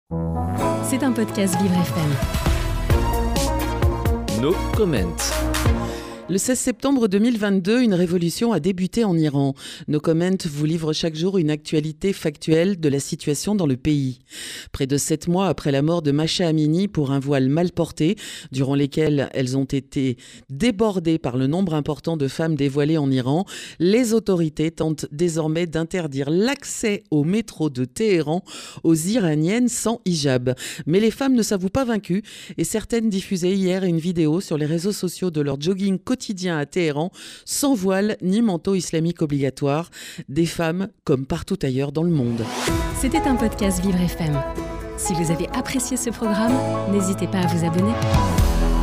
C'est un podcast Vivre FM. No comment. Le 16 septembre 2022, une révolution a débuté en Iran. No Comment vous livre chaque jour une actualité factuelle de la situation dans le pays. Près de 7 mois après la mort de Mahsa Amini pour un voile mal porté, durant lesquels elles ont été débordées par le nombre important de femmes dévoilées en Iran, les autorités tentent désormais d'interdire l'accès au métro de Téhéran aux Iraniennes sans hijab. Mais les femmes ne s'avouent pas vaincues et certaines diffusaient hier une vidéo sur les réseaux sociaux de leur jogging quotidien à Téhéran, sans voile ni manteau islamique obligatoire, des femmes comme partout ailleurs dans le monde. C'était un podcast Vivre FM. Si vous avez apprécié ce programme, n'hésitez pas à vous abonner.